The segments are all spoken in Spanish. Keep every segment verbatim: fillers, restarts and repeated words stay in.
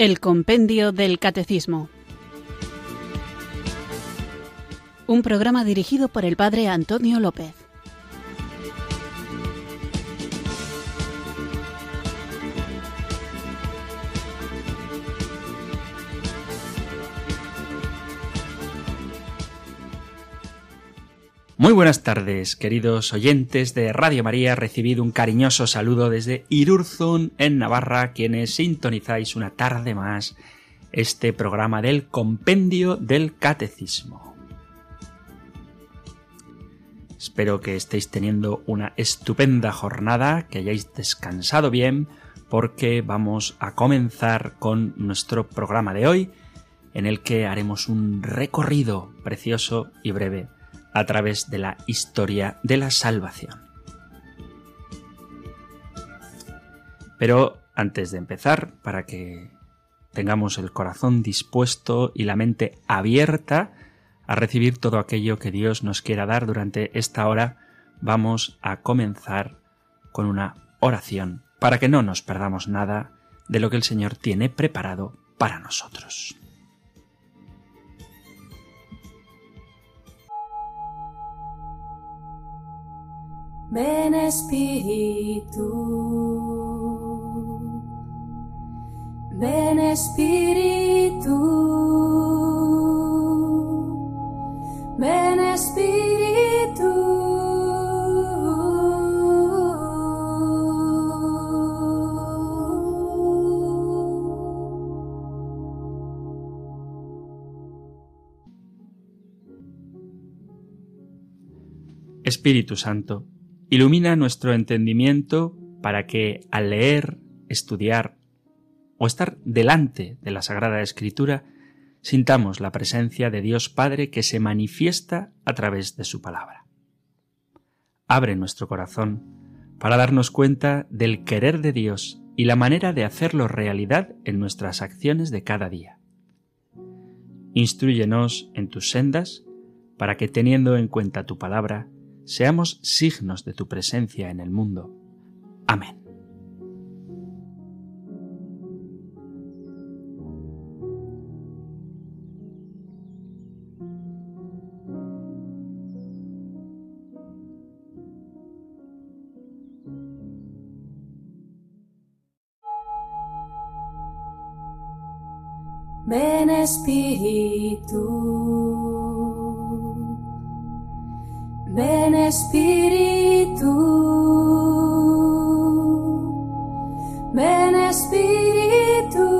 El Compendio del Catecismo. Un programa dirigido por el Padre Antonio López. Muy buenas tardes, queridos oyentes de Radio María. Recibid un cariñoso saludo desde Irurzun, en Navarra, quienes sintonizáis una tarde más este programa del Compendio del Catecismo. Espero que estéis teniendo una estupenda jornada, que hayáis descansado bien, porque vamos a comenzar con nuestro programa de hoy, en el que haremos un recorrido precioso y breve a través de la historia de la salvación. Pero antes de empezar, para que tengamos el corazón dispuesto y la mente abierta a recibir todo aquello que Dios nos quiera dar durante esta hora, vamos a comenzar con una oración para que no nos perdamos nada de lo que el Señor tiene preparado para nosotros. Ven Espíritu, ven Espíritu, ven Espíritu. Espíritu Santo, ilumina nuestro entendimiento para que al leer, estudiar o estar delante de la Sagrada Escritura sintamos la presencia de Dios Padre que se manifiesta a través de su palabra. Abre nuestro corazón para darnos cuenta del querer de Dios y la manera de hacerlo realidad en nuestras acciones de cada día. Instrúyenos en tus sendas para que, teniendo en cuenta tu palabra, seamos signos de tu presencia en el mundo. Amén. Ven Espíritu, ven Espíritu, ven Espíritu.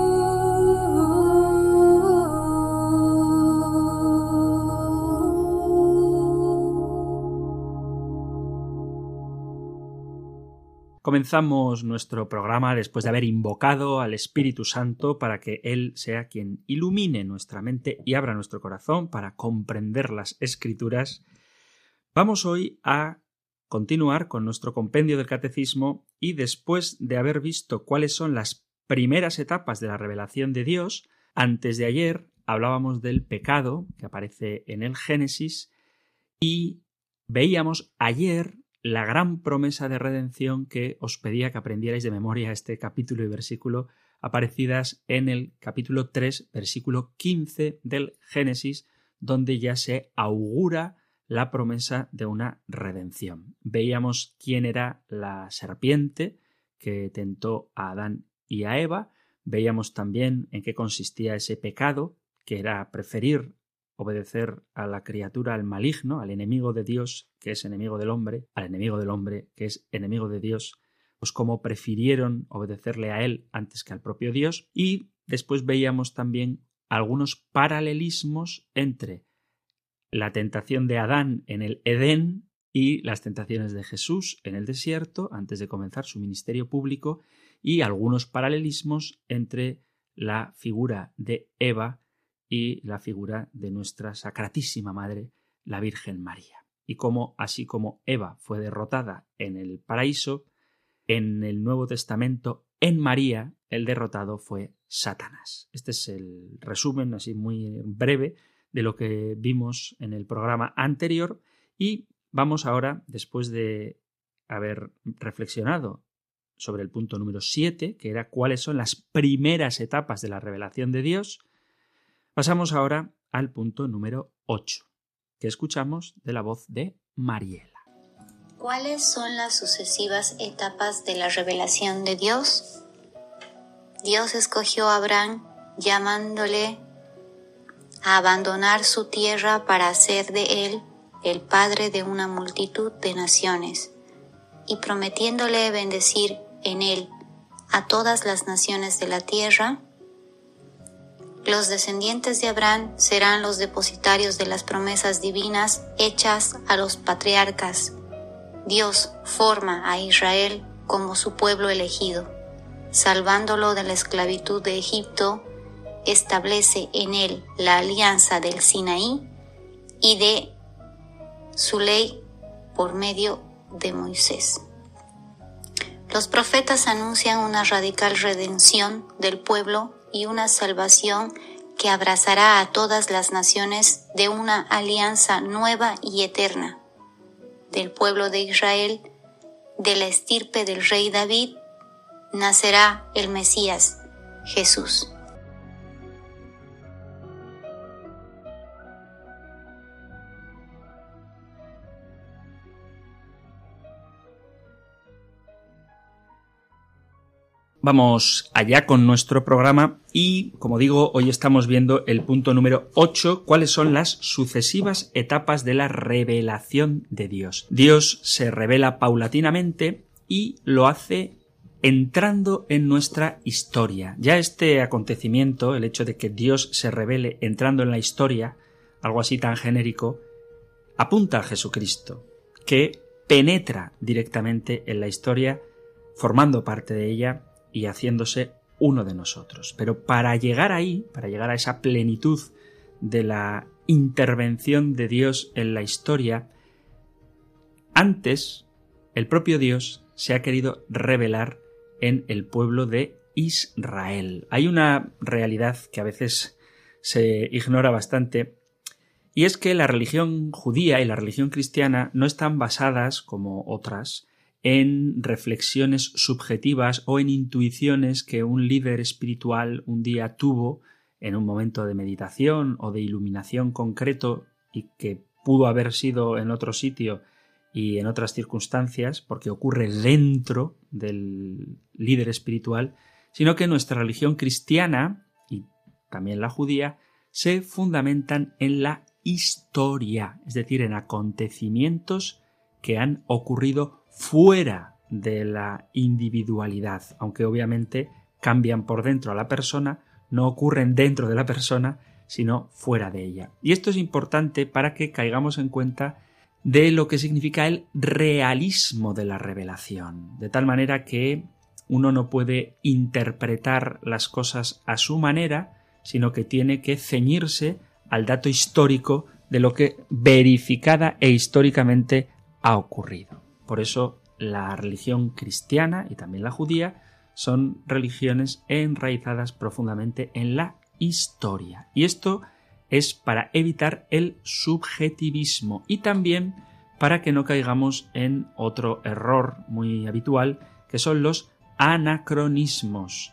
Comenzamos nuestro programa después de haber invocado al Espíritu Santo para que Él sea quien ilumine nuestra mente y abra nuestro corazón para comprender las Escrituras. Vamos hoy a continuar con nuestro compendio del Catecismo y después de haber visto cuáles son las primeras etapas de la revelación de Dios, antes de ayer hablábamos del pecado que aparece en el Génesis y veíamos ayer la gran promesa de redención que os pedía que aprendierais de memoria este capítulo y versículo aparecidas en el capítulo tres, versículo quince del Génesis, donde ya se augura la promesa de una redención. Veíamos quién era la serpiente que tentó a Adán y a Eva, veíamos también en qué consistía ese pecado, que era preferir obedecer a la criatura, al maligno, al enemigo de Dios, que es enemigo del hombre, al enemigo del hombre, que es enemigo de Dios, pues cómo prefirieron obedecerle a él antes que al propio Dios. Y después veíamos también algunos paralelismos entre la tentación de Adán en el Edén y las tentaciones de Jesús en el desierto antes de comenzar su ministerio público, y algunos paralelismos entre la figura de Eva y la figura de nuestra Sacratísima Madre, la Virgen María. Y cómo, así como Eva fue derrotada en el paraíso, en el Nuevo Testamento, en María, el derrotado fue Satanás. Este es el resumen, así muy breve, de lo que vimos en el programa anterior, y vamos ahora, después de haber reflexionado sobre el punto número siete, que era cuáles son las primeras etapas de la revelación de Dios, pasamos ahora al punto número ocho, que escuchamos de la voz de Mariela. ¿Cuáles son las sucesivas etapas de la revelación de Dios? Dios escogió a Abraham llamándole a abandonar su tierra para hacer de él el padre de una multitud de naciones y prometiéndole bendecir en él a todas las naciones de la tierra. Los descendientes de Abraham serán los depositarios de las promesas divinas hechas a los patriarcas. Dios forma a Israel como su pueblo elegido, salvándolo de la esclavitud de Egipto, establece en él la alianza del Sinaí y de su ley por medio de Moisés. Los profetas anuncian una radical redención del pueblo y una salvación que abrazará a todas las naciones de una alianza nueva y eterna. Del pueblo de Israel, de la estirpe del rey David, nacerá el Mesías, Jesús. Vamos allá con nuestro programa y, como digo, hoy estamos viendo el punto número ocho, cuáles son las sucesivas etapas de la revelación de Dios. Dios se revela paulatinamente y lo hace entrando en nuestra historia. Ya este acontecimiento, el hecho de que Dios se revele entrando en la historia, algo así tan genérico, apunta a Jesucristo, que penetra directamente en la historia, formando parte de ella y haciéndose uno de nosotros. Pero para llegar ahí, para llegar a esa plenitud de la intervención de Dios en la historia, antes el propio Dios se ha querido revelar en el pueblo de Israel. Hay una realidad que a veces se ignora bastante, y es que la religión judía y la religión cristiana no están basadas, como otras, en reflexiones subjetivas o en intuiciones que un líder espiritual un día tuvo en un momento de meditación o de iluminación concreto y que pudo haber sido en otro sitio y en otras circunstancias, porque ocurre dentro del líder espiritual, sino que nuestra religión cristiana y también la judía se fundamentan en la historia, es decir, en acontecimientos que han ocurrido fuera de la individualidad, aunque obviamente cambian por dentro a la persona, no ocurren dentro de la persona, sino fuera de ella. Y esto es importante para que caigamos en cuenta de lo que significa el realismo de la revelación, de tal manera que uno no puede interpretar las cosas a su manera, sino que tiene que ceñirse al dato histórico de lo que verificada e históricamente ha ocurrido. Por eso la religión cristiana y también la judía son religiones enraizadas profundamente en la historia. Y esto es para evitar el subjetivismo y también para que no caigamos en otro error muy habitual, que son los anacronismos.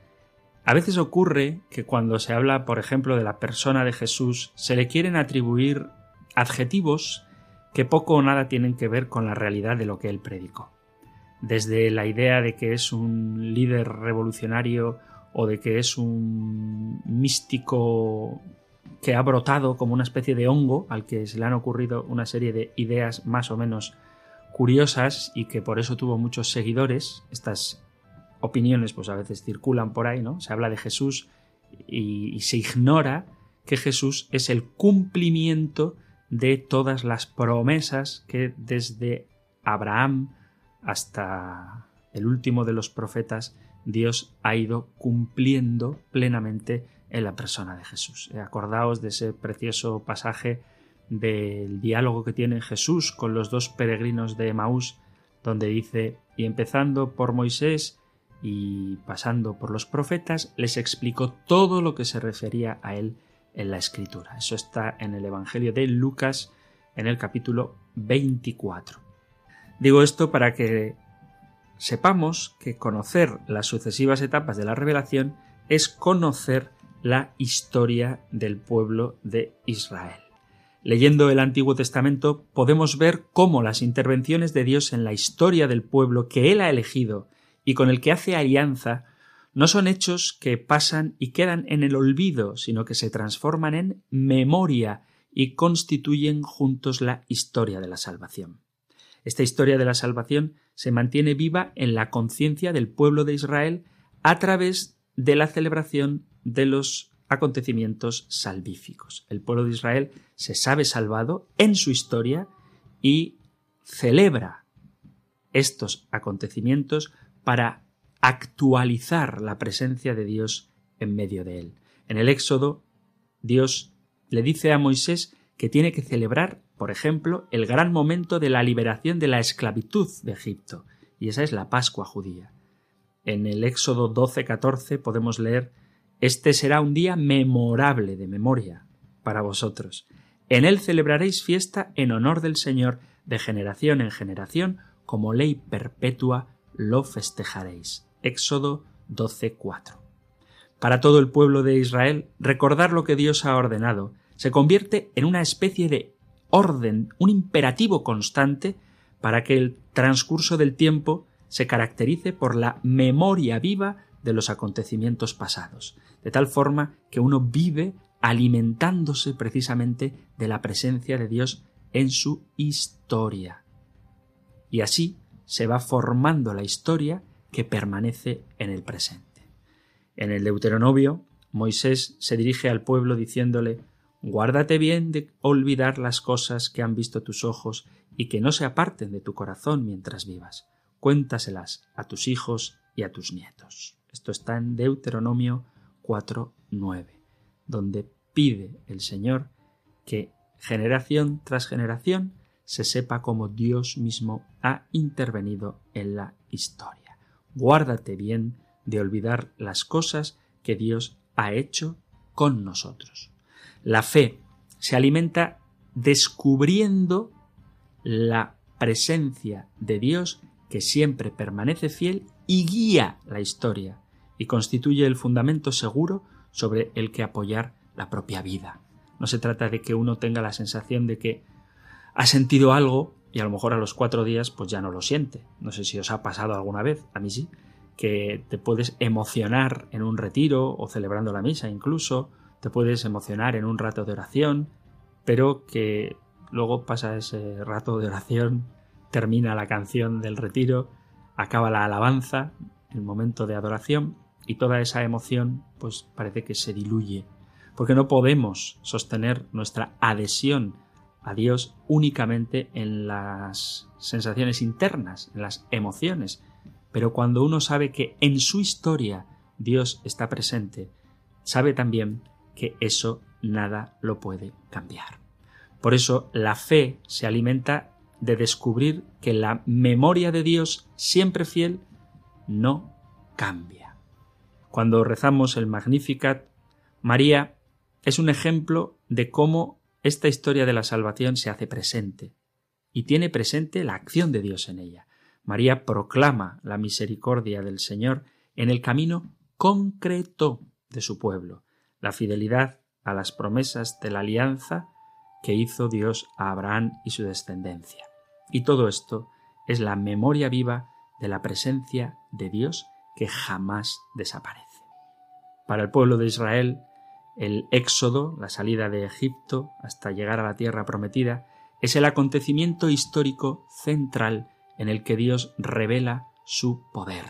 A veces ocurre que cuando se habla, por ejemplo, de la persona de Jesús, se le quieren atribuir adjetivos que poco o nada tienen que ver con la realidad de lo que él predicó. Desde la idea de que es un líder revolucionario o de que es un místico que ha brotado como una especie de hongo al que se le han ocurrido una serie de ideas más o menos curiosas y que por eso tuvo muchos seguidores. Estas opiniones pues a veces circulan por ahí, ¿no? Se habla de Jesús y, y se ignora que Jesús es el cumplimiento de todas las promesas que desde Abraham hasta el último de los profetas Dios ha ido cumpliendo plenamente en la persona de Jesús. Acordaos de ese precioso pasaje del diálogo que tiene Jesús con los dos peregrinos de Emaús, donde dice: y empezando por Moisés y pasando por los profetas, les explicó todo lo que se refería a él en la Escritura. Eso está en el Evangelio de Lucas, en el capítulo veinticuatro. Digo esto para que sepamos que conocer las sucesivas etapas de la revelación es conocer la historia del pueblo de Israel. Leyendo el Antiguo Testamento podemos ver cómo las intervenciones de Dios en la historia del pueblo que Él ha elegido y con el que hace alianza no son hechos que pasan y quedan en el olvido, sino que se transforman en memoria y constituyen juntos la historia de la salvación. Esta historia de la salvación se mantiene viva en la conciencia del pueblo de Israel a través de la celebración de los acontecimientos salvíficos. El pueblo de Israel se sabe salvado en su historia y celebra estos acontecimientos para actualizar la presencia de Dios en medio de él. En el Éxodo, Dios le dice a Moisés que tiene que celebrar, por ejemplo, el gran momento de la liberación de la esclavitud de Egipto, y esa es la Pascua judía. En el Éxodo doce catorce podemos leer: «Este será un día memorable de memoria para vosotros. En él celebraréis fiesta en honor del Señor, de generación en generación, como ley perpetua lo festejaréis». Éxodo doce cuatro. Para todo el pueblo de Israel, recordar lo que Dios ha ordenado se convierte en una especie de orden, un imperativo constante para que el transcurso del tiempo se caracterice por la memoria viva de los acontecimientos pasados, de tal forma que uno vive alimentándose precisamente de la presencia de Dios en su historia. Y así se va formando la historia que permanece en el presente. En el Deuteronomio, Moisés se dirige al pueblo diciéndole: «Guárdate bien de olvidar las cosas que han visto tus ojos y que no se aparten de tu corazón mientras vivas. Cuéntaselas a tus hijos y a tus nietos». Esto está en Deuteronomio cuatro nueve, donde pide el Señor que generación tras generación se sepa cómo Dios mismo ha intervenido en la historia. Guárdate bien de olvidar las cosas que Dios ha hecho con nosotros. La fe se alimenta descubriendo la presencia de Dios que siempre permanece fiel y guía la historia y constituye el fundamento seguro sobre el que apoyar la propia vida. No se trata de que uno tenga la sensación de que ha sentido algo y a lo mejor a los cuatro días pues ya no lo siente. No sé si os ha pasado alguna vez, a mí sí, que te puedes emocionar en un retiro o celebrando la misa incluso, te puedes emocionar en un rato de oración, pero que luego pasa ese rato de oración, termina la canción del retiro, acaba la alabanza, el momento de adoración, y toda esa emoción pues parece que se diluye, porque no podemos sostener nuestra adhesión a Dios únicamente en las sensaciones internas, en las emociones, pero cuando uno sabe que en su historia Dios está presente, sabe también que eso nada lo puede cambiar. Por eso la fe se alimenta de descubrir que la memoria de Dios, siempre fiel, no cambia. Cuando rezamos el Magnificat, María es un ejemplo de cómo esta historia de la salvación se hace presente y tiene presente la acción de Dios en ella. María proclama la misericordia del Señor en el camino concreto de su pueblo, la fidelidad a las promesas de la alianza que hizo Dios a Abraham y su descendencia. Y todo esto es la memoria viva de la presencia de Dios que jamás desaparece. Para el pueblo de Israel, el éxodo, la salida de Egipto hasta llegar a la tierra prometida, es el acontecimiento histórico central en el que Dios revela su poder.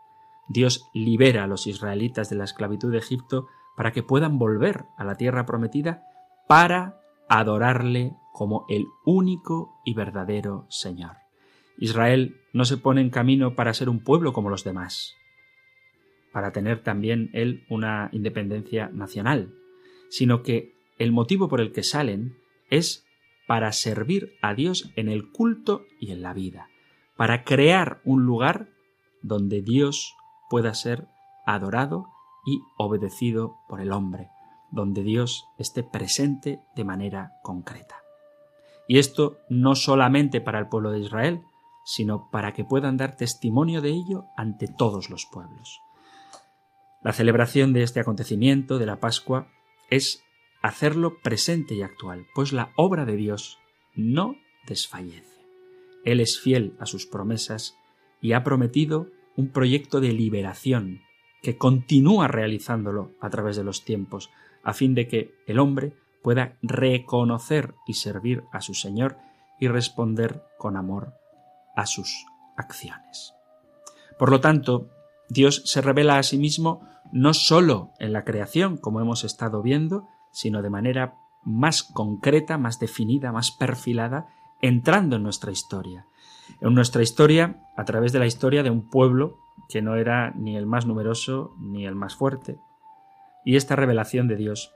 Dios libera a los israelitas de la esclavitud de Egipto para que puedan volver a la tierra prometida para adorarle como el único y verdadero Señor. Israel no se pone en camino para ser un pueblo como los demás, para tener también él una independencia nacional, sino que el motivo por el que salen es para servir a Dios en el culto y en la vida, para crear un lugar donde Dios pueda ser adorado y obedecido por el hombre, donde Dios esté presente de manera concreta. Y esto no solamente para el pueblo de Israel, sino para que puedan dar testimonio de ello ante todos los pueblos. La celebración de este acontecimiento, de la Pascua, es hacerlo presente y actual, pues la obra de Dios no desfallece. Él es fiel a sus promesas y ha prometido un proyecto de liberación que continúa realizándolo a través de los tiempos, a fin de que el hombre pueda reconocer y servir a su Señor y responder con amor a sus acciones. Por lo tanto, Dios se revela a sí mismo no sólo en la creación, como hemos estado viendo, sino de manera más concreta, más definida, más perfilada, entrando en nuestra historia. En nuestra historia, a través de la historia de un pueblo que no era ni el más numeroso ni el más fuerte. Y esta revelación de Dios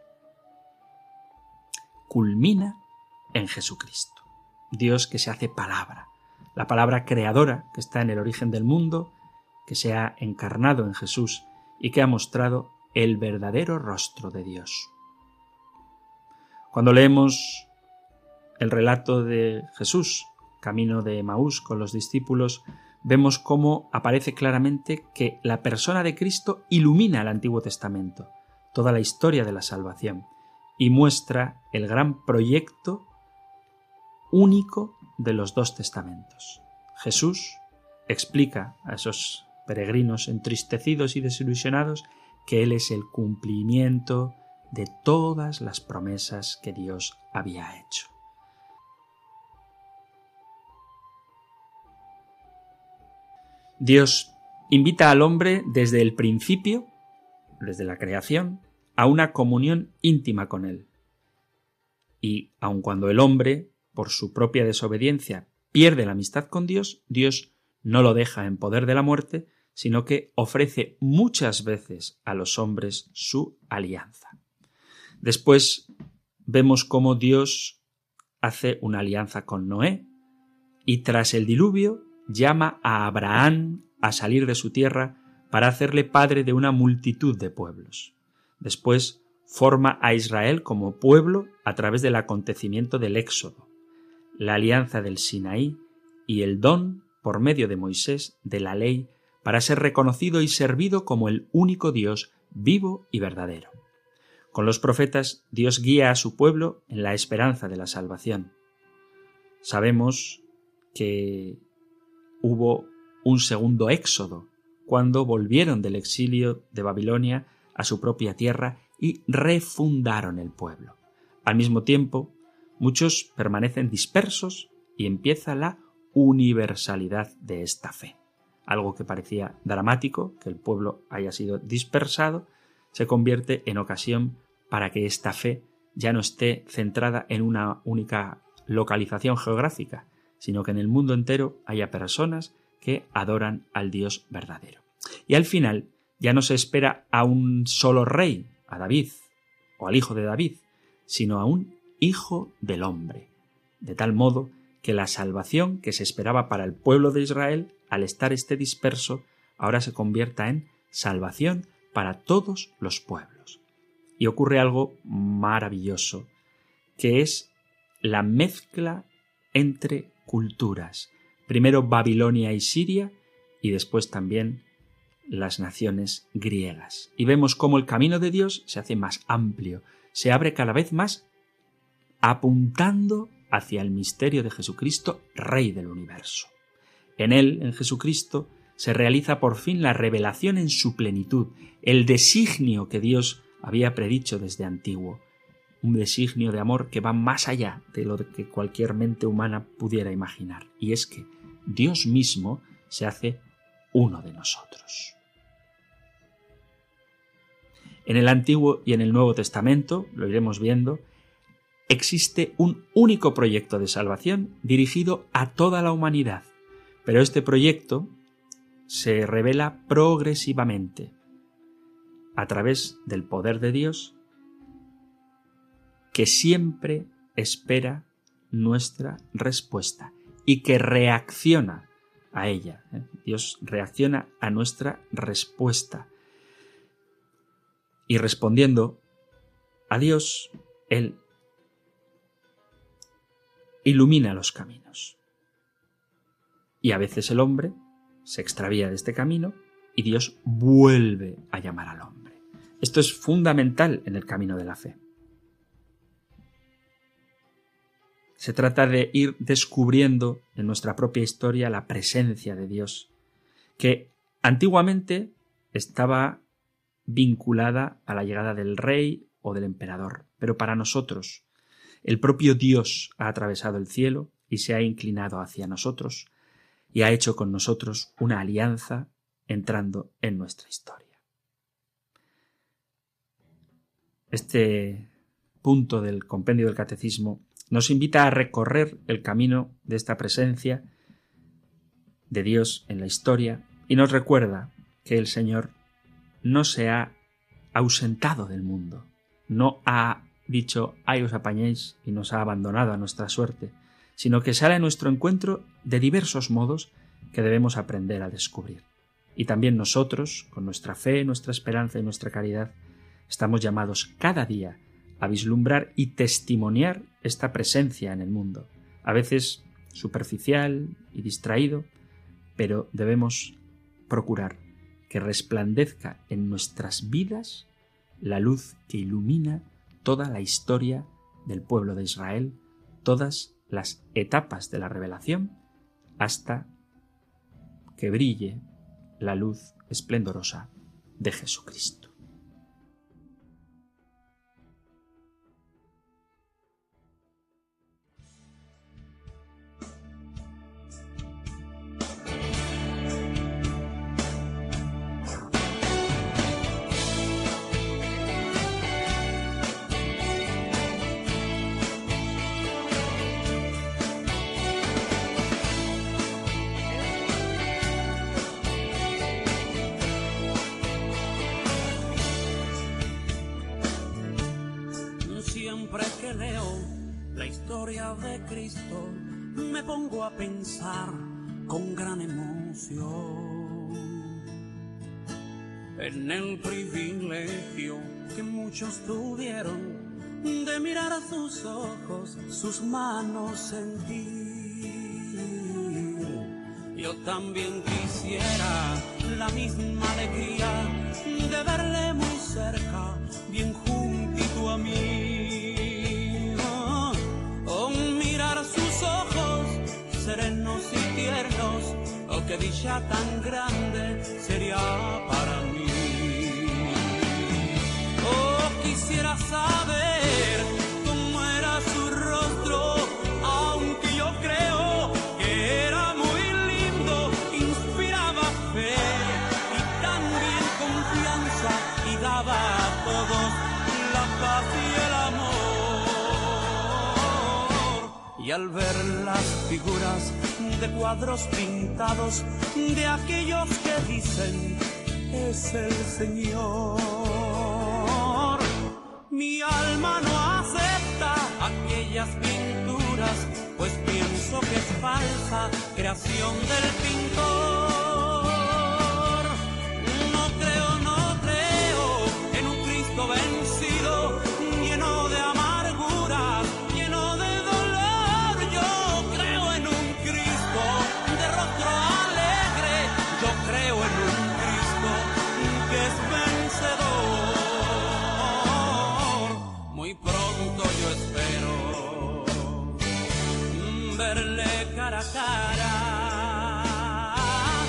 culmina en Jesucristo, Dios que se hace palabra, la palabra creadora que está en el origen del mundo, que se ha encarnado en Jesús y que ha mostrado el verdadero rostro de Dios. Cuando leemos el relato de Jesús, camino de Emaús con los discípulos, vemos cómo aparece claramente que la persona de Cristo ilumina el Antiguo Testamento, toda la historia de la salvación, y muestra el gran proyecto único de los dos testamentos. Jesús explica a esos peregrinos entristecidos y desilusionados que Él es el cumplimiento de todas las promesas que Dios había hecho. Dios invita al hombre desde el principio, desde la creación, a una comunión íntima con Él. Y aun cuando el hombre, por su propia desobediencia, pierde la amistad con Dios, Dios no lo deja en poder de la muerte, sino que ofrece muchas veces a los hombres su alianza. Después vemos cómo Dios hace una alianza con Noé y tras el diluvio llama a Abraham a salir de su tierra para hacerle padre de una multitud de pueblos. Después forma a Israel como pueblo a través del acontecimiento del Éxodo, la alianza del Sinaí y el don, por medio de Moisés, de la ley, para ser reconocido y servido como el único Dios vivo y verdadero. Con los profetas, Dios guía a su pueblo en la esperanza de la salvación. Sabemos que hubo un segundo éxodo, cuando volvieron del exilio de Babilonia a su propia tierra y refundaron el pueblo. Al mismo tiempo, muchos permanecen dispersos y empieza la universalidad de esta fe. Algo que parecía dramático, que el pueblo haya sido dispersado, se convierte en ocasión para que esta fe ya no esté centrada en una única localización geográfica, sino que en el mundo entero haya personas que adoran al Dios verdadero. Y al final ya no se espera a un solo rey, a David, o al hijo de David, sino a un hijo del hombre, de tal modo que la salvación que se esperaba para el pueblo de Israel, al estar este disperso, ahora se convierta en salvación para todos los pueblos. Y ocurre algo maravilloso, que es la mezcla entre culturas, primero Babilonia y Siria, y después también las naciones griegas. Y vemos cómo el camino de Dios se hace más amplio, se abre cada vez más, apuntando hacia el misterio de Jesucristo, Rey del universo. En Él, en Jesucristo, se realiza por fin la revelación en su plenitud, el designio que Dios había predicho desde antiguo, un designio de amor que va más allá de lo que cualquier mente humana pudiera imaginar, y es que Dios mismo se hace uno de nosotros. En el Antiguo y en el Nuevo Testamento, lo iremos viendo, existe un único proyecto de salvación dirigido a toda la humanidad, pero este proyecto se revela progresivamente a través del poder de Dios, que siempre espera nuestra respuesta y que reacciona a ella. Dios reacciona a nuestra respuesta. Y respondiendo a Dios, Él ilumina los caminos. Y a veces el hombre se extravía de este camino y Dios vuelve a llamar al hombre. Esto es fundamental en el camino de la fe. Se trata de ir descubriendo en nuestra propia historia la presencia de Dios, que antiguamente estaba vinculada a la llegada del rey o del emperador, pero para nosotros el propio Dios ha atravesado el cielo y se ha inclinado hacia nosotros y ha hecho con nosotros una alianza entrando en nuestra historia. Este punto del compendio del Catecismo nos invita a recorrer el camino de esta presencia de Dios en la historia y nos recuerda que el Señor no se ha ausentado del mundo, no ha dicho «ahí os apañéis» y nos ha abandonado a nuestra suerte, sino que sale a nuestro encuentro de diversos modos que debemos aprender a descubrir. Y también nosotros, con nuestra fe, nuestra esperanza y nuestra caridad, estamos llamados cada día a vislumbrar y testimoniar esta presencia en el mundo, a veces superficial y distraído, pero debemos procurar que resplandezca en nuestras vidas la luz que ilumina toda la historia del pueblo de Israel, todas las etapas de la revelación, hasta que brille la luz esplendorosa de Jesucristo. Siempre que leo la historia de Cristo, me pongo a pensar con gran emoción en el privilegio que muchos tuvieron de mirar a sus ojos, sus manos sentir. Yo también quisiera la misma alegría de verle muy cerca, bien juntito a mí. Sus ojos serenos y tiernos, oh, qué dicha tan grande sería para mí. Oh, quisiera saber cómo era su rostro, aunque yo creo que era muy lindo, inspiraba fe y también confianza y daba a todos la paz y el amor. Y al ver las figuras de cuadros pintados de aquellos que dicen es el Señor, mi alma no acepta aquellas pinturas, pues pienso que es falsa creación del pintor. No creo, no creo en un Cristo vencido, lleno de amargura, lleno de creo en un Cristo que es vencedor. Muy pronto yo espero verle cara a cara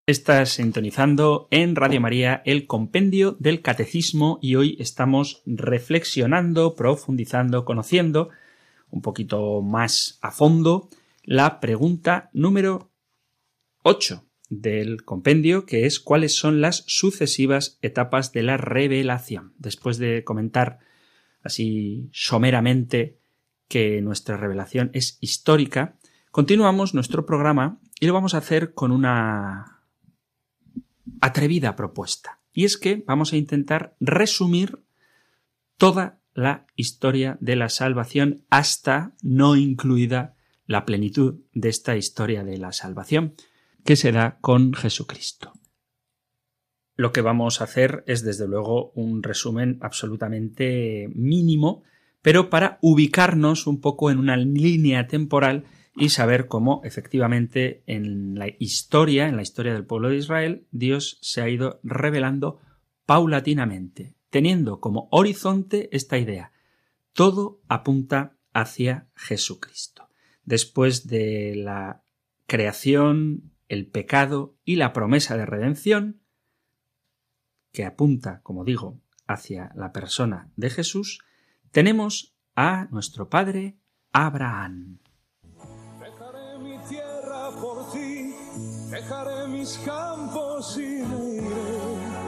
Estás sintonizando en Radio María el compendio del Catecismo y hoy estamos reflexionando, profundizando, conociendo un poquito más a fondo la pregunta número ocho del compendio, que es ¿cuáles son las sucesivas etapas de la revelación? Después de comentar así someramente que nuestra revelación es histórica, continuamos nuestro programa y lo vamos a hacer con una atrevida propuesta. Y es que vamos a intentar resumir toda la historia de la salvación hasta no incluida la plenitud de esta historia de la salvación que se da con Jesucristo. Lo que vamos a hacer es desde luego un resumen absolutamente mínimo, pero para ubicarnos un poco en una línea temporal y saber cómo efectivamente en la historia, en la historia del pueblo de Israel, Dios se ha ido revelando paulatinamente, teniendo como horizonte esta idea. Todo apunta hacia Jesucristo. Después de la creación, el pecado y la promesa de redención, que apunta, como digo, hacia la persona de Jesús, tenemos a nuestro padre Abraham. Dejaré mi tierra por ti, dejaré mis campos y me iré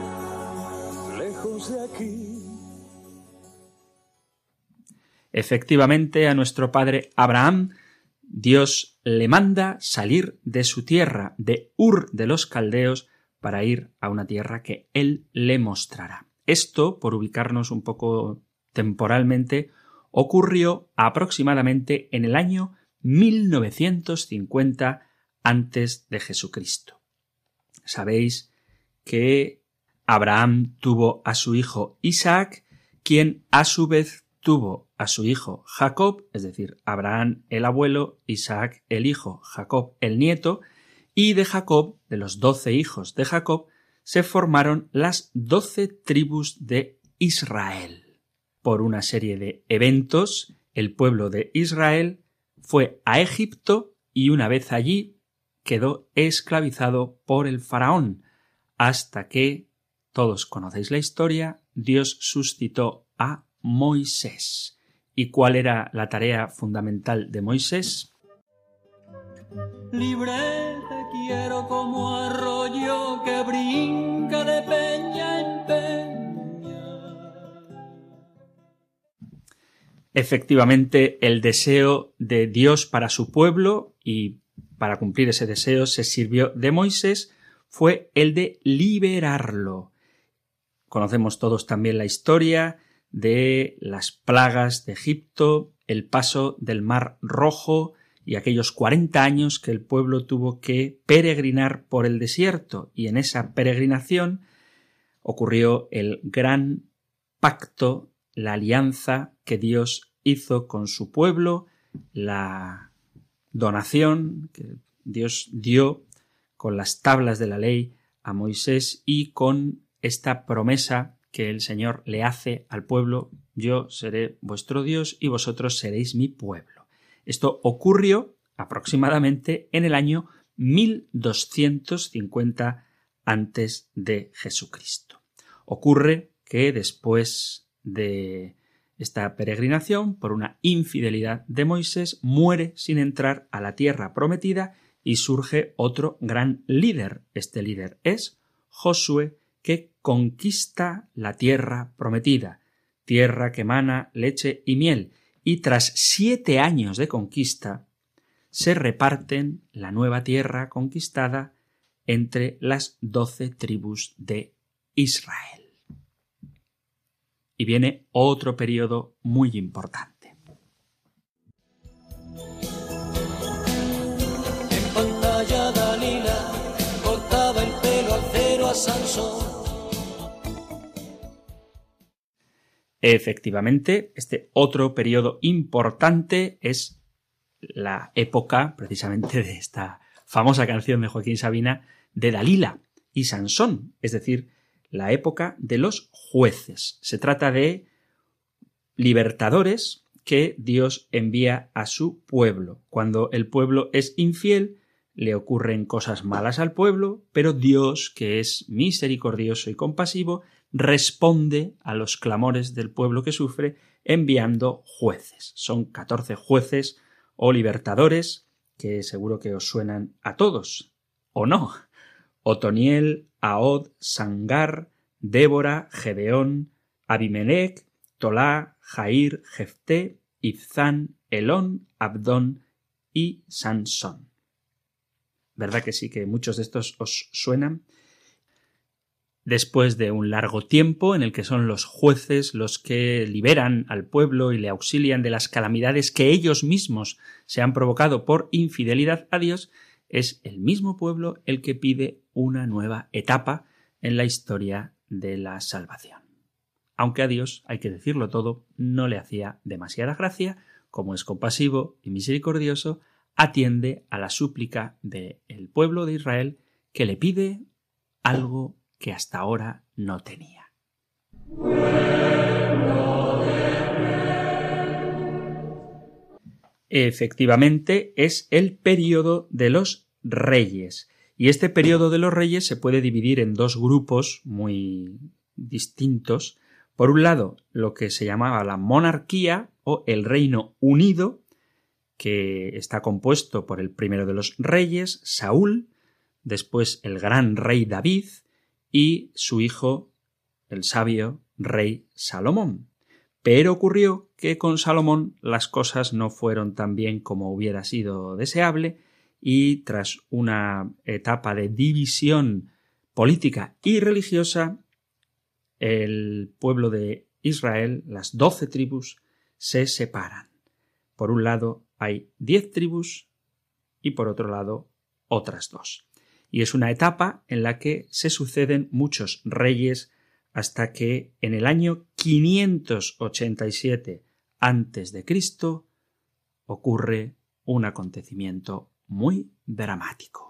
lejos de aquí. Efectivamente, a nuestro padre Abraham, Dios le manda salir de su tierra, de Ur de los Caldeos, para ir a una tierra que él le mostrará. Esto, por ubicarnos un poco temporalmente, ocurrió aproximadamente en el año mil novecientos cincuenta antes de Jesucristo. Sabéis que Abraham tuvo a su hijo Isaac, quien a su vez tuvo a su hijo Jacob, es decir, Abraham el abuelo, Isaac el hijo, Jacob el nieto, y de Jacob, de los doce hijos de Jacob, se formaron las doce tribus de Israel. Por una serie de eventos, el pueblo de Israel fue a Egipto y una vez allí quedó esclavizado por el faraón, hasta que, todos conocéis la historia, Dios suscitó a Moisés. ¿Y cuál era la tarea fundamental de Moisés? Libre te quiero como arroyo que brinca de peña en peña. Efectivamente, el deseo de Dios para su pueblo, y para cumplir ese deseo se sirvió de Moisés, fue el de liberarlo. Conocemos todos también la historia de las plagas de Egipto, el paso del Mar Rojo y aquellos cuarenta años que el pueblo tuvo que peregrinar por el desierto, y en esa peregrinación ocurrió el gran pacto, la alianza que Dios hizo con su pueblo, la donación que Dios dio con las tablas de la ley a Moisés y con esta promesa que el Señor le hace al pueblo: yo seré vuestro Dios y vosotros seréis mi pueblo. Esto ocurrió aproximadamente en el año mil doscientos cincuenta antes de Jesucristo. Ocurre que después de esta peregrinación, por una infidelidad de Moisés, muere sin entrar a la tierra prometida y surge otro gran líder. Este líder es Josué, que conquista la tierra prometida, tierra que emana leche y miel, y tras siete años de conquista se reparten la nueva tierra conquistada entre las doce tribus de Israel. Y viene otro periodo muy importante. En pantalla Dalila cortaba el pelo al cero a Sansón. Efectivamente, este otro periodo importante es la época, precisamente, de esta famosa canción de Joaquín Sabina, de Dalila y Sansón, es decir, la época de los jueces. Se trata de libertadores que Dios envía a su pueblo. Cuando el pueblo es infiel, le ocurren cosas malas al pueblo, pero Dios, que es misericordioso y compasivo, responde a los clamores del pueblo que sufre enviando jueces. Son catorce jueces o libertadores que seguro que os suenan a todos, ¿o no? Otoniel, Ahod, Sangar, Débora, Gedeón, Abimelech, Tolá, Jair, Jefté, Ibzán, Elón, Abdón y Sansón. ¿Verdad que sí que muchos de estos os suenan? Después de un largo tiempo en el que son los jueces los que liberan al pueblo y le auxilian de las calamidades que ellos mismos se han provocado por infidelidad a Dios, es el mismo pueblo el que pide una nueva etapa en la historia de la salvación. Aunque a Dios, hay que decirlo todo, no le hacía demasiada gracia, como es compasivo y misericordioso, atiende a la súplica del pueblo de Israel que le pide algo que hasta ahora no tenía. Efectivamente, es el período de los reyes. Y este período de los reyes se puede dividir en dos grupos muy distintos. Por un lado, lo que se llamaba la monarquía o el reino unido, que está compuesto por el primero de los reyes, Saúl, después el gran rey David y su hijo, el sabio rey Salomón. Pero ocurrió que con Salomón las cosas no fueron tan bien como hubiera sido deseable y tras una etapa de división política y religiosa, el pueblo de Israel, las doce tribus, se separan. Por un lado hay diez tribus y por otro lado otras dos. Y es una etapa en la que se suceden muchos reyes hasta que en el año quinientos ochenta y siete antes de Cristo ocurre un acontecimiento muy dramático.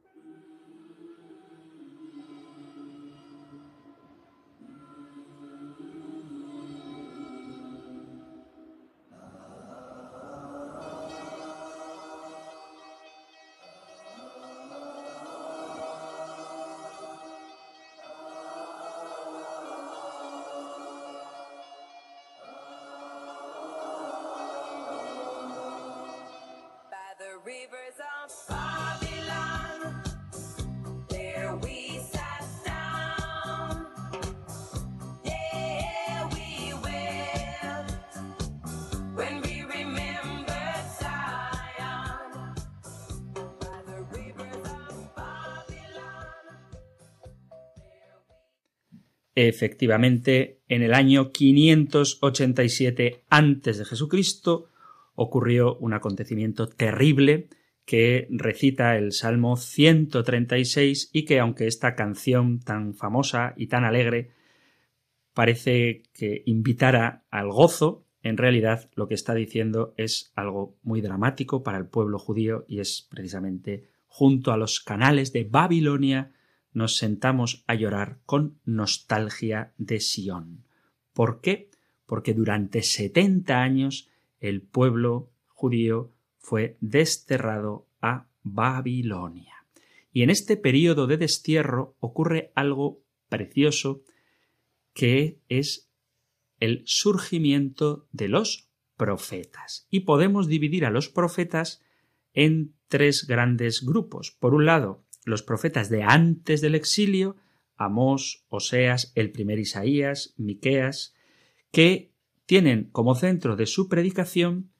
Efectivamente, en el año quinientos ochenta y siete antes de Jesucristo ocurrió un acontecimiento terrible que recita el Salmo ciento treinta y seis y que, aunque esta canción tan famosa y tan alegre parece que invitara al gozo, en realidad lo que está diciendo es algo muy dramático para el pueblo judío y es precisamente: junto a los canales de Babilonia nos sentamos a llorar con nostalgia de Sión. ¿Por qué? Porque durante setenta años el pueblo judío fue desterrado a Babilonia. Y en este período de destierro ocurre algo precioso, que es el surgimiento de los profetas. Y podemos dividir a los profetas en tres grandes grupos. Por un lado, los profetas de antes del exilio, Amós, Oseas, el primer Isaías, Miqueas, que tienen como centro de su predicación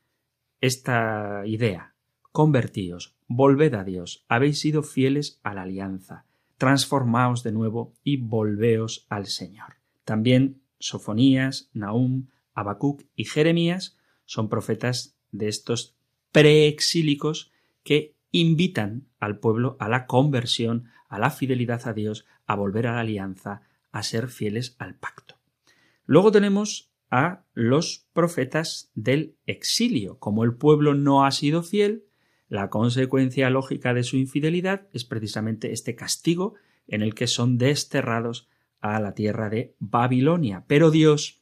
esta idea: convertíos, volved a Dios, habéis sido fieles a la alianza, transformaos de nuevo y volveos al Señor. También Sofonías, Nahum, Habacuc y Jeremías son profetas de estos preexílicos que invitan al pueblo a la conversión, a la fidelidad a Dios, a volver a la alianza, a ser fieles al pacto. Luego tenemos a los profetas del exilio. Como el pueblo no ha sido fiel, la consecuencia lógica de su infidelidad es precisamente este castigo en el que son desterrados a la tierra de Babilonia. Pero Dios,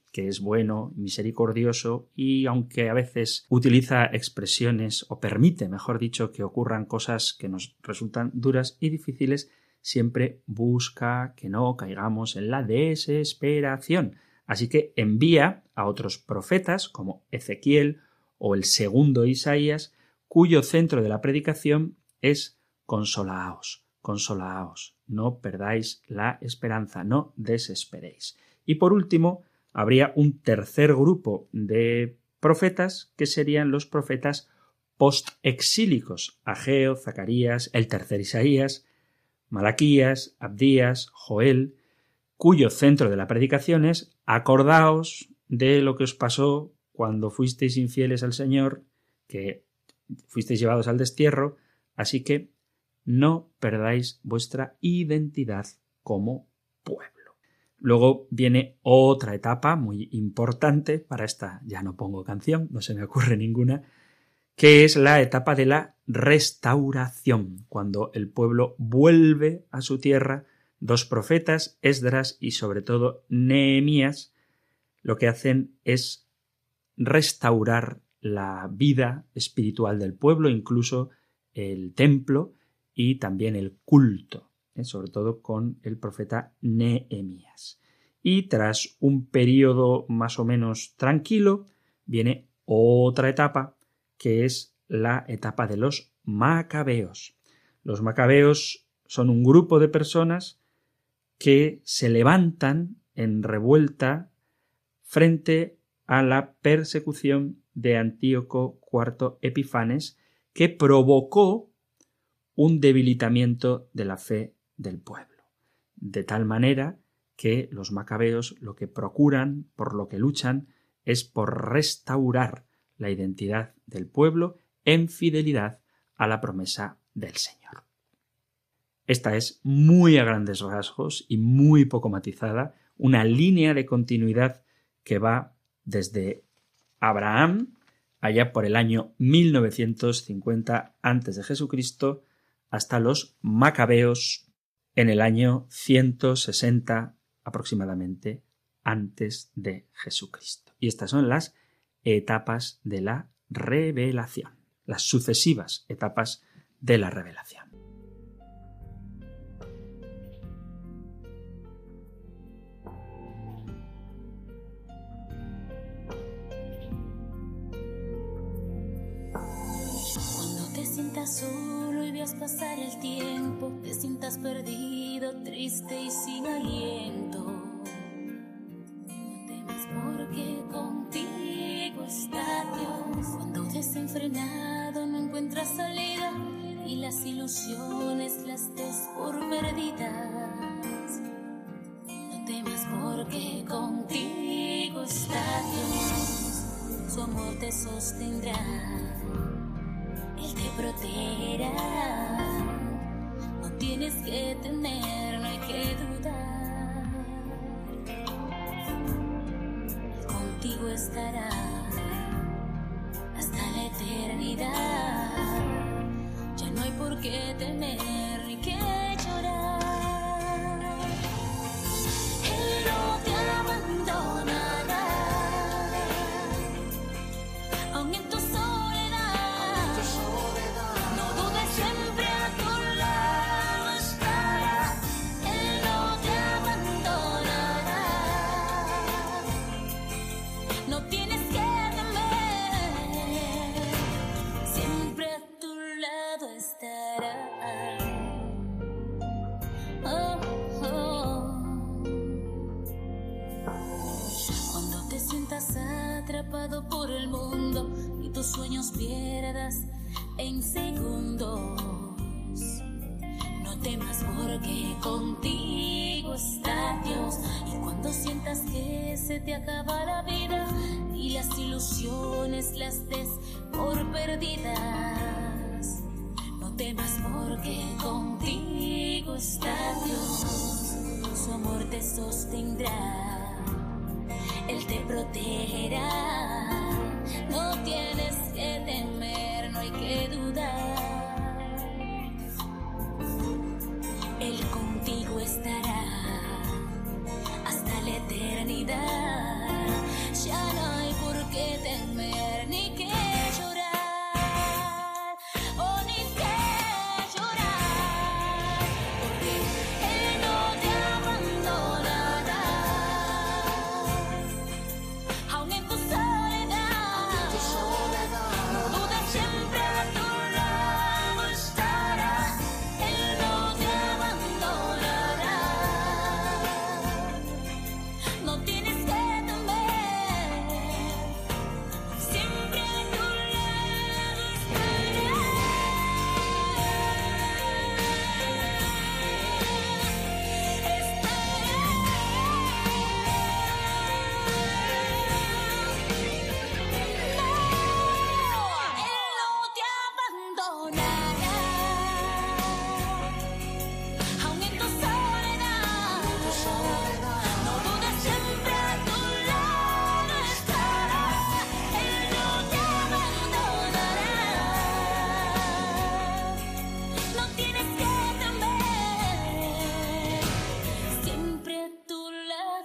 que es bueno, misericordioso, y aunque a veces utiliza expresiones, o permite, mejor dicho, que ocurran cosas que nos resultan duras y difíciles, siempre busca que no caigamos en la desesperación. Así que envía a otros profetas, como Ezequiel o el segundo Isaías, cuyo centro de la predicación es consolaos, consolaos, no perdáis la esperanza, no desesperéis. Y por último, habría un tercer grupo de profetas que serían los profetas postexílicos: Ageo, Zacarías, el tercer Isaías, Malaquías, Abdías, Joel, cuyo centro de la predicación es: acordaos de lo que os pasó cuando fuisteis infieles al Señor, que fuisteis llevados al destierro, así que no perdáis vuestra identidad como pueblo. Luego viene otra etapa muy importante, para esta ya no pongo canción, no se me ocurre ninguna, que es la etapa de la restauración, cuando el pueblo vuelve a su tierra. Dos profetas, Esdras y sobre todo Nehemías, lo que hacen es restaurar la vida espiritual del pueblo, incluso el templo y también el culto, ¿eh? sobre todo con el profeta Nehemías. Y tras un periodo más o menos tranquilo, viene otra etapa, que es la etapa de los macabeos. Los macabeos son un grupo de personas que se levantan en revuelta frente a la persecución de Antíoco cuarto Epifanes, que provocó un debilitamiento de la fe del pueblo, de tal manera que los macabeos lo que procuran, por lo que luchan, es por restaurar la identidad del pueblo en fidelidad a la promesa del Señor. Esta es, muy a grandes rasgos y muy poco matizada, una línea de continuidad que va desde Abraham, allá por el año mil novecientos cincuenta antes de Jesucristo, hasta los macabeos en el año ciento sesenta aproximadamente antes de Jesucristo. Y estas son las etapas de la revelación, las sucesivas etapas de la revelación. Cuando te sientas solo y veas pasar el tiempo, te sientas perdido, triste y sin aliento, no temas porque contigo está Dios. Cuando desenfrenado no encuentras salida y las ilusiones las des por perdidas, no temas porque contigo está Dios. Su amor te sostendrá, Él te protegerá. No tienes que temer, no hay que dudar. Él contigo estará hasta la eternidad. Ya no hay por qué temer ni que llorar. Él no te abandonará, aun en tu soledad. No dudes, siempre a tu lado estará. Él no te abandonará. No tienes que temer, siempre a tu lado estará. Oh, oh. Cuando te sientas atrapado por el mundo y tus sueños pierdas en segundos, no temas porque contigo está Dios. Y cuando sientas que se te acaba la vida y las ilusiones las des por perdidas, no temas porque contigo está Dios. Su amor te sostendrá, Él te protegerá. No tienes que temer, no hay que dudar. Él contigo estará hasta la eternidad.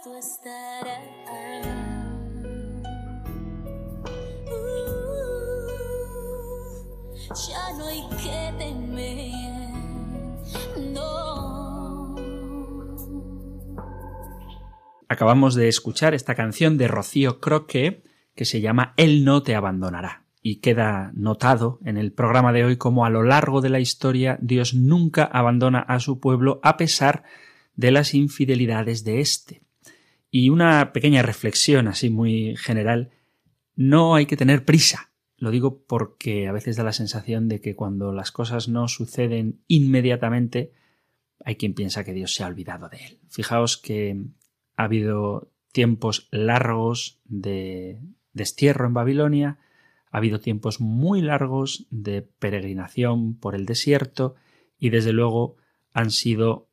lado estará. Uh, ya no hay que temer, no. Acabamos de escuchar esta canción de Rocío Croque que se llama Él no te abandonará. Y queda notado en el programa de hoy como a lo largo de la historia Dios nunca abandona a su pueblo a pesar de las infidelidades de éste. Y una pequeña reflexión así muy general, no hay que tener prisa. Lo digo porque a veces da la sensación de que cuando las cosas no suceden inmediatamente hay quien piensa que Dios se ha olvidado de él. Fijaos que ha habido tiempos largos de destierro en Babilonia, ha habido tiempos muy largos de peregrinación por el desierto y desde luego han sido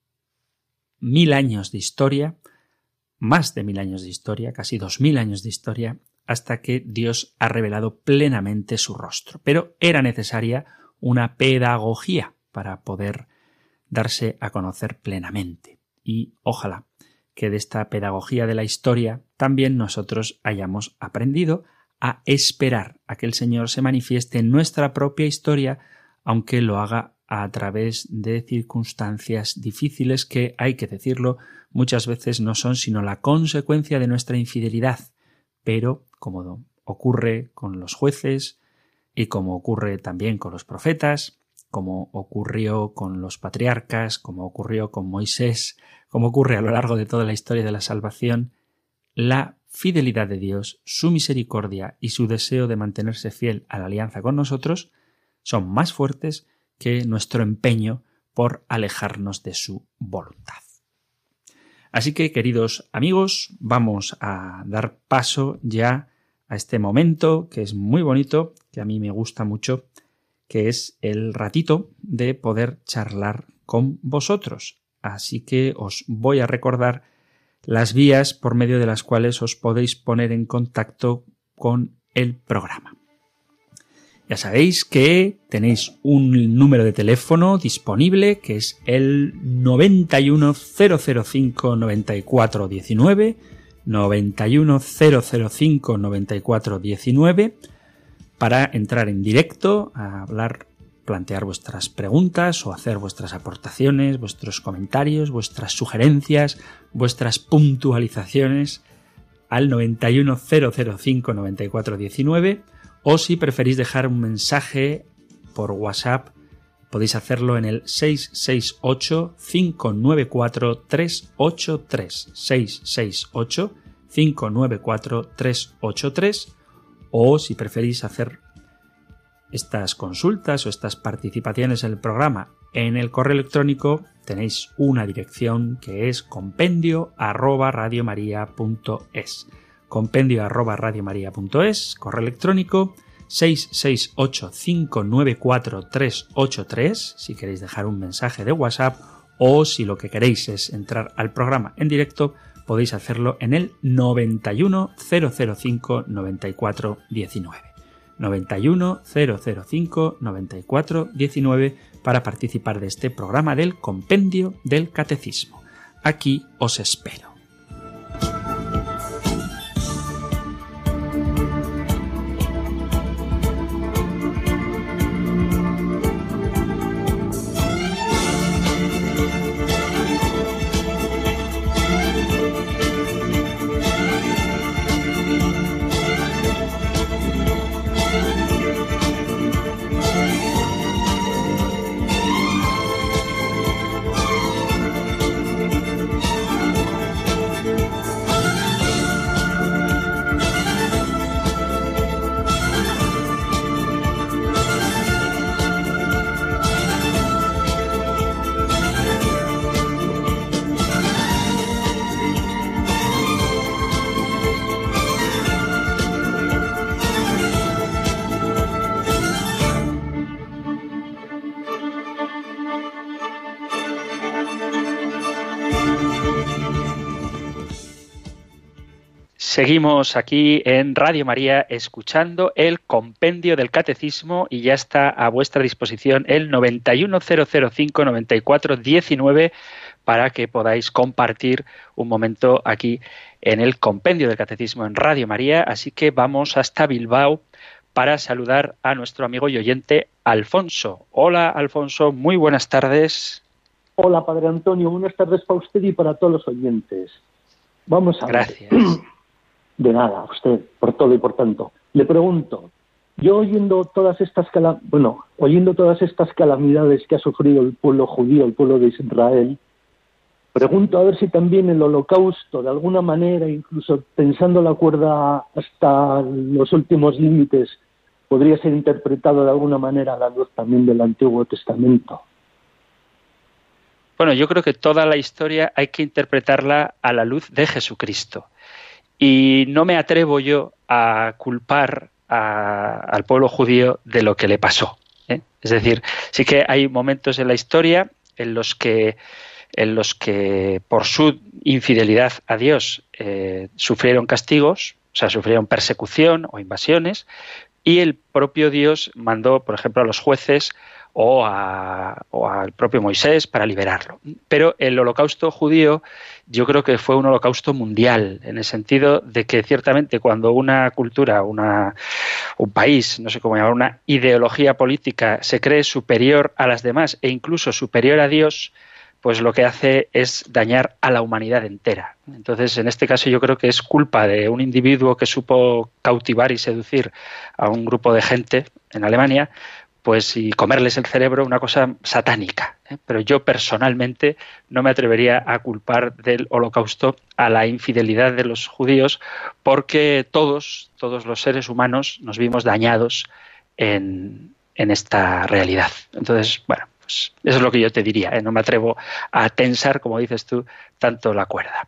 mil años de historia, más de mil años de historia, casi dos mil años de historia, hasta que Dios ha revelado plenamente su rostro. Pero era necesaria una pedagogía para poder darse a conocer plenamente. Y ojalá que de esta pedagogía de la historia también nosotros hayamos aprendido a esperar a que el Señor se manifieste en nuestra propia historia, aunque lo haga a través de circunstancias difíciles que, hay que decirlo, muchas veces no son sino la consecuencia de nuestra infidelidad. Pero, como ocurre con los jueces y como ocurre también con los profetas, como ocurrió con los patriarcas, como ocurrió con Moisés, como ocurre a lo largo de toda la historia de la salvación, la fidelidad de Dios, su misericordia y su deseo de mantenerse fiel a la alianza con nosotros son más fuertes que nuestro empeño por alejarnos de su voluntad. Así que, queridos amigos, vamos a dar paso ya a este momento que es muy bonito, que a mí me gusta mucho, que es el ratito de poder charlar con vosotros. Así que os voy a recordar las vías por medio de las cuales os podéis poner en contacto con el programa. Ya sabéis que tenéis un número de teléfono disponible que es el noventa y uno cero cero cinco noventa y cuatro diecinueve, noventa y uno cero cero cinco noventa y cuatro diecinueve, para entrar en directo a hablar, plantear vuestras preguntas o hacer vuestras aportaciones, vuestros comentarios, vuestras sugerencias, vuestras puntualizaciones al noventa y uno cero cero cinco noventa y cuatro diecinueve, o si preferís dejar un mensaje por WhatsApp podéis hacerlo en el seis seis ocho cinco nueve cuatro tres ocho tres, seis seis ocho cinco nueve cuatro tres ocho tres, o si preferís hacer estas consultas o estas participaciones en el programa en el correo electrónico, tenéis una dirección que es compendio arroba radiomaria.es. Compendio arroba radiomaria.es, correo electrónico seis seis ocho cinco nueve cuatro tres ocho tres, si queréis dejar un mensaje de WhatsApp, o si lo que queréis es entrar al programa en directo, podéis hacerlo en el noventa y uno cero cero cinco noventa y cuatro diecinueve. noventa y uno cero cero cinco noventa y cuatro diecinueve para participar de este programa del Compendio del Catecismo. Aquí os espero. Seguimos aquí en Radio María escuchando el compendio del Catecismo y ya está a vuestra disposición el noventa y uno cero cero cinco noventa y cuatro diecinueve para que podáis compartir un momento aquí en el compendio del Catecismo en Radio María. Así que vamos hasta Bilbao para saludar a nuestro amigo y oyente Alfonso. Hola Alfonso, muy buenas tardes. Hola Padre Antonio, buenas tardes para usted y para todos los oyentes. Vamos a ver. Gracias. De nada, a usted, por todo y por tanto. Le pregunto, yo oyendo todas estas cala- bueno, oyendo todas estas calamidades que ha sufrido el pueblo judío, el pueblo de Israel, pregunto a ver si también el holocausto, de alguna manera, incluso pensando la cuerda hasta los últimos límites, podría ser interpretado de alguna manera a la luz también del Antiguo Testamento. Bueno, yo creo que toda la historia hay que interpretarla a la luz de Jesucristo. Y no me atrevo yo a culpar a, al pueblo judío de lo que le pasó, ¿eh? Es decir, sí que hay momentos en la historia en los que, en los que por su infidelidad a Dios eh, sufrieron castigos, o sea, sufrieron persecución o invasiones, y el propio Dios mandó, por ejemplo, a los jueces o, a, o al propio Moisés para liberarlo. Pero el holocausto judío yo creo que fue un holocausto mundial, en el sentido de que ciertamente cuando una cultura, una, un país, no sé cómo llamar, una ideología política se cree superior a las demás e incluso superior a Dios, pues lo que hace es dañar a la humanidad entera. Entonces, en este caso yo creo que es culpa de un individuo que supo cautivar y seducir a un grupo de gente en Alemania, pues y comerles el cerebro, una cosa satánica, ¿eh? Pero yo personalmente no me atrevería a culpar del holocausto a la infidelidad de los judíos, porque todos, todos los seres humanos nos vimos dañados en, en esta realidad. Entonces, bueno, pues eso es lo que yo te diría, ¿eh? No me atrevo a tensar, como dices tú, tanto la cuerda.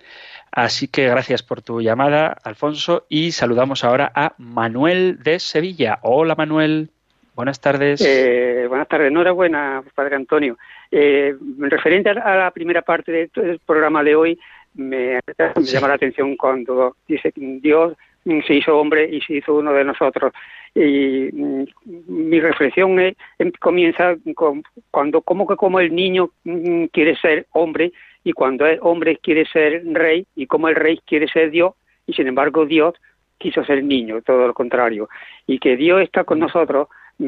Así que gracias por tu llamada, Alfonso, y saludamos ahora a Manuel de Sevilla. Hola, Manuel. Buenas tardes. Eh, buenas tardes, enhorabuena, Padre Antonio. Eh, referente a la primera parte del programa de hoy, me, me llama la atención cuando dice que Dios se hizo hombre y se hizo uno de nosotros. Y mm, mi reflexión es, comienza con cuando como que como el niño mm, quiere ser hombre y cuando el hombre quiere ser rey y como el rey quiere ser Dios y sin embargo Dios quiso ser niño, todo lo contrario. Y que Dios está con nosotros.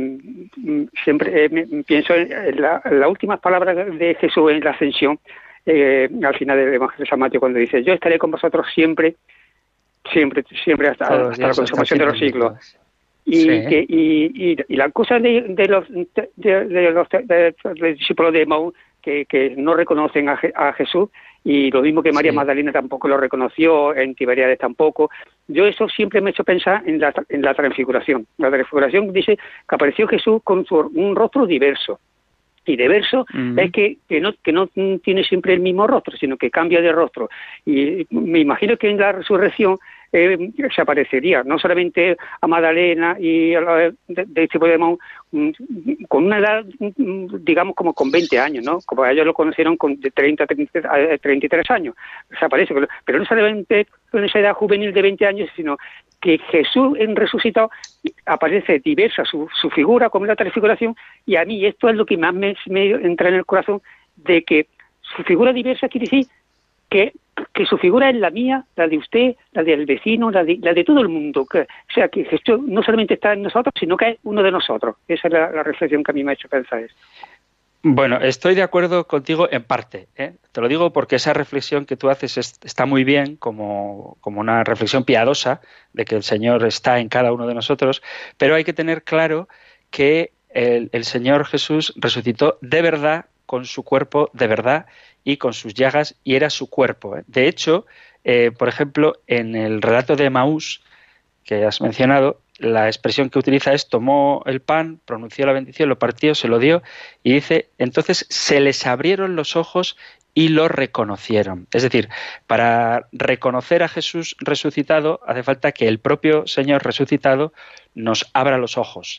Siempre eh, pienso en la, las últimas palabras de Jesús en la ascensión, eh, al final del Evangelio de San Mateo, cuando dice: yo estaré con vosotros siempre, siempre, siempre hasta, hasta, hasta la consumación de los siglos. Y, sí. que, y, y, y la cosa de, de los de, de los de, de, de discípulos de Emaús que, que no reconocen a, a Jesús, y lo mismo que María sí. Magdalena tampoco lo reconoció, en Tiberíades tampoco. Yo eso siempre me he hecho pensar en la, en la transfiguración. La transfiguración dice que apareció Jesús con su, un rostro diverso. Y diverso uh-huh. es que, que, no, que no tiene siempre el mismo rostro, sino que cambia de rostro. Y me imagino que en la resurrección eh, se aparecería no solamente a Magdalena y a la de, de tipo de Emaús, con una edad, digamos, como con veinte años, ¿no? Como ellos lo conocieron con de treinta a treinta y tres años. Se aparece, pero no solamente con esa edad juvenil de veinte años, sino que Jesús en resucitado aparece diversa su, su figura, como la transfiguración, y a mí esto es lo que más me, me entra en el corazón, de que su figura diversa quiere decir que, que su figura es la mía, la de usted, la del vecino, la de, la de todo el mundo. Que, o sea, que Jesús no solamente está en nosotros, sino que es uno de nosotros. Esa es la, la reflexión que a mí me ha hecho pensar esto. Bueno, estoy de acuerdo contigo en parte, ¿eh? Te lo digo porque esa reflexión que tú haces es, está muy bien, como, como una reflexión piadosa de que el Señor está en cada uno de nosotros, pero hay que tener claro que el, el Señor Jesús resucitó de verdad, con su cuerpo de verdad y con sus llagas, y era su cuerpo, ¿eh? De hecho, eh, por ejemplo, en el relato de Emaús que has mencionado, la expresión que utiliza es: tomó el pan, pronunció la bendición, lo partió, se lo dio, y dice, entonces se les abrieron los ojos y lo reconocieron. Es decir, para reconocer a Jesús resucitado hace falta que el propio Señor resucitado nos abra los ojos.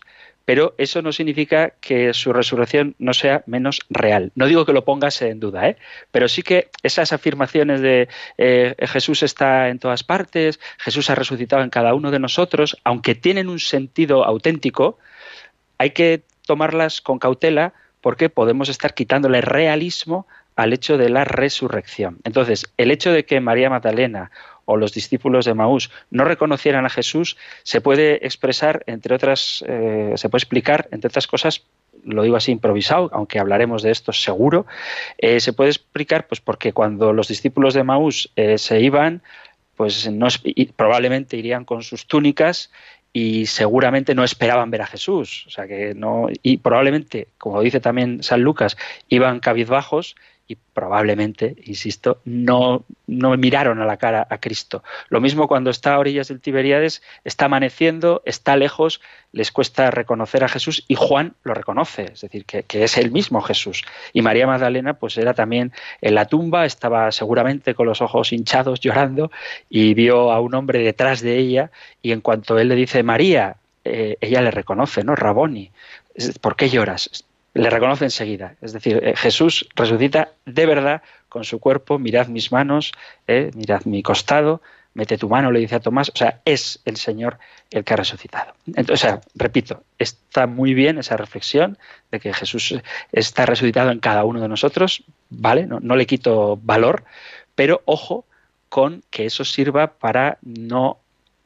pero eso no significa que su resurrección no sea menos real. No digo que lo pongas en duda, ¿eh? Pero sí que esas afirmaciones de eh, Jesús está en todas partes, Jesús ha resucitado en cada uno de nosotros, aunque tienen un sentido auténtico, hay que tomarlas con cautela porque podemos estar quitándole realismo al hecho de la resurrección. Entonces, el hecho de que María Magdalena o los discípulos de Emaús no reconocieran a Jesús se puede expresar, entre otras, eh, se puede explicar, entre otras cosas, lo digo así improvisado, aunque hablaremos de esto seguro, eh, se puede explicar pues porque cuando los discípulos de Emaús eh, se iban, pues no, y probablemente irían con sus túnicas y seguramente no esperaban ver a Jesús, o sea que no, y probablemente, como dice también San Lucas, iban cabizbajos y probablemente, insisto, no, no miraron a la cara a Cristo. Lo mismo cuando está a orillas del Tiberíades, está amaneciendo, está lejos, les cuesta reconocer a Jesús y Juan lo reconoce, es decir, que, que es el mismo Jesús. Y María Magdalena pues era también en la tumba, estaba seguramente con los ojos hinchados llorando y vio a un hombre detrás de ella y en cuanto él le dice María, eh, ella le reconoce, ¿no? Raboni, ¿por qué lloras? Le reconoce enseguida. Es decir, eh, Jesús resucita de verdad con su cuerpo. Mirad mis manos, eh, mirad mi costado, mete tu mano, le dice a Tomás. O sea, es el Señor el que ha resucitado. Entonces, o sea, repito, está muy bien esa reflexión de que Jesús está resucitado en cada uno de nosotros, ¿vale? No, no le quito valor, pero ojo con que eso sirva para no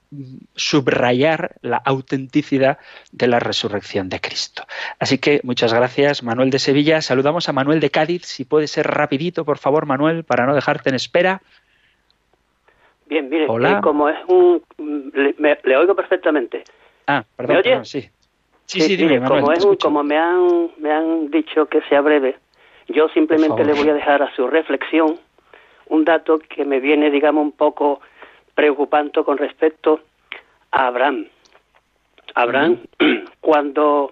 subrayar la autenticidad de la resurrección de Cristo. Así que muchas gracias, Manuel de Sevilla. Saludamos a Manuel de Cádiz, si puede ser rapidito, por favor, Manuel, para no dejarte en espera. Bien, mire, Hola. Eh, como es un... Le, me, le oigo perfectamente. Ah, perdón, ¿Me oye? perdón, sí. Sí, sí, sí, dime, mire, Manuel, como, te es un, escucho. como me han, me han dicho que sea breve, yo simplemente le voy a dejar a su reflexión un dato que me viene, digamos, un poco preocupante con respecto a Abraham. Abraham, uh-huh. cuando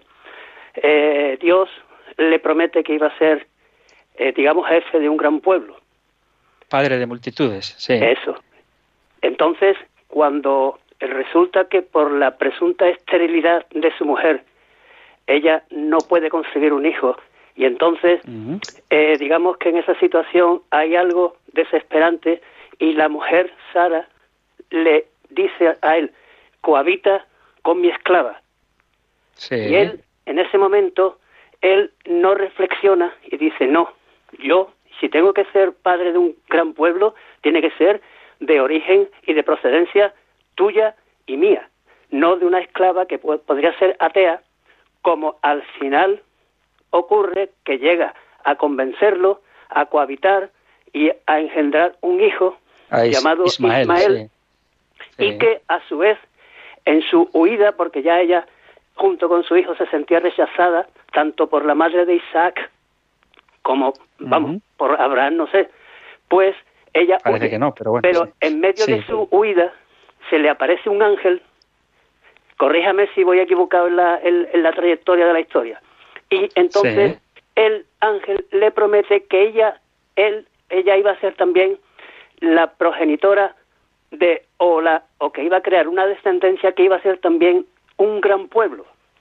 eh, Dios le promete que iba a ser, eh, digamos, jefe de un gran pueblo. Padre de multitudes, sí. Eso. Entonces, cuando resulta que por la presunta esterilidad de su mujer, ella no puede concebir un hijo, y entonces, uh-huh. eh, digamos que en esa situación hay algo desesperante, y la mujer, Sara, le dice a él, cohabita con mi esclava. Sí. Y él, en ese momento, él no reflexiona y dice, no, yo, si tengo que ser padre de un gran pueblo, tiene que ser de origen y de procedencia tuya y mía, no de una esclava que po- podría ser atea, como al final ocurre que llega a convencerlo, a cohabitar y a engendrar un hijo ah, llamado Ismael, Ismael, sí. Sí. y que a su vez, en su huida, porque ya ella, junto con su hijo, se sentía rechazada, tanto por la madre de Isaac, como, uh-huh. vamos, por Abraham, no sé, pues ella Parece huye, que no, pero bueno. pero sí. en medio sí, de su pero... huida, se le aparece un ángel, corríjame si voy equivocado en la, en, en la trayectoria de la historia, y entonces sí. el ángel le promete que ella, él, ella iba a ser también la progenitora de, o, la, o que iba a crear una descendencia que iba a ser también un gran pueblo,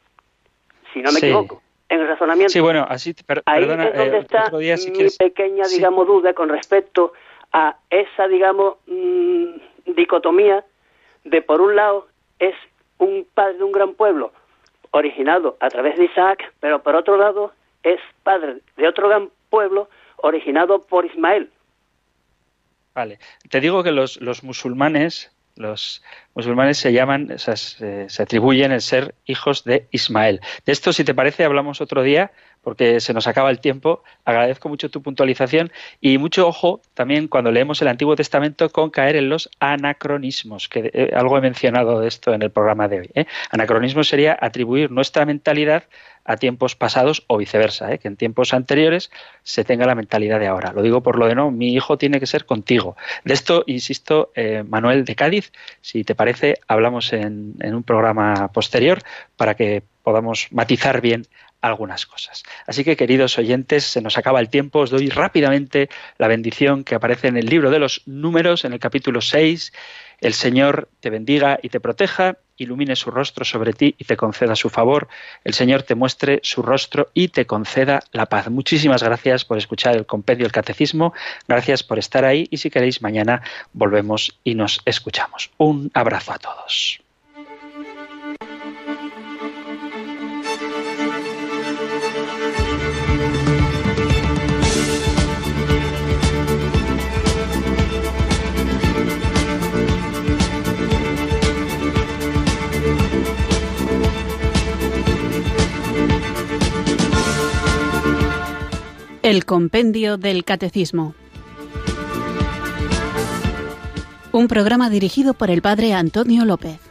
si no me sí. equivoco, en el razonamiento. Sí, bueno, así, per, Ahí perdona, es donde eh, está otro día, si mi quieres... pequeña, sí. digamos, duda con respecto a esa, digamos, mmm, dicotomía de, por un lado, es un padre de un gran pueblo originado a través de Isaac, pero por otro lado es padre de otro gran pueblo originado por Ismael. Vale, te digo que los, los musulmanes, los musulmanes se llaman, o sea, se, se atribuyen el ser hijos de Ismael. De esto, si te parece, hablamos otro día, porque se nos acaba el tiempo. Agradezco mucho tu puntualización y mucho ojo también cuando leemos el Antiguo Testamento con caer en los anacronismos, que eh, algo he mencionado de esto en el programa de hoy. ¿eh? Anacronismo sería atribuir nuestra mentalidad a tiempos pasados o viceversa, ¿eh? que en tiempos anteriores se tenga la mentalidad de ahora. Lo digo por lo de no, mi hijo tiene que ser contigo. De esto, insisto, eh, Manuel de Cádiz, si te parece, hablamos en, en un programa posterior para que podamos matizar bien algunas cosas. Así que, queridos oyentes, se nos acaba el tiempo. Os doy rápidamente la bendición que aparece en el libro de los Números, en el capítulo seis. El Señor te bendiga y te proteja, ilumine su rostro sobre ti y te conceda su favor. El Señor te muestre su rostro y te conceda la paz. Muchísimas gracias por escuchar el Compendio del Catecismo. Gracias por estar ahí y si queréis mañana volvemos y nos escuchamos. Un abrazo a todos. El Compendio del Catecismo. Un programa dirigido por el Padre Antonio López.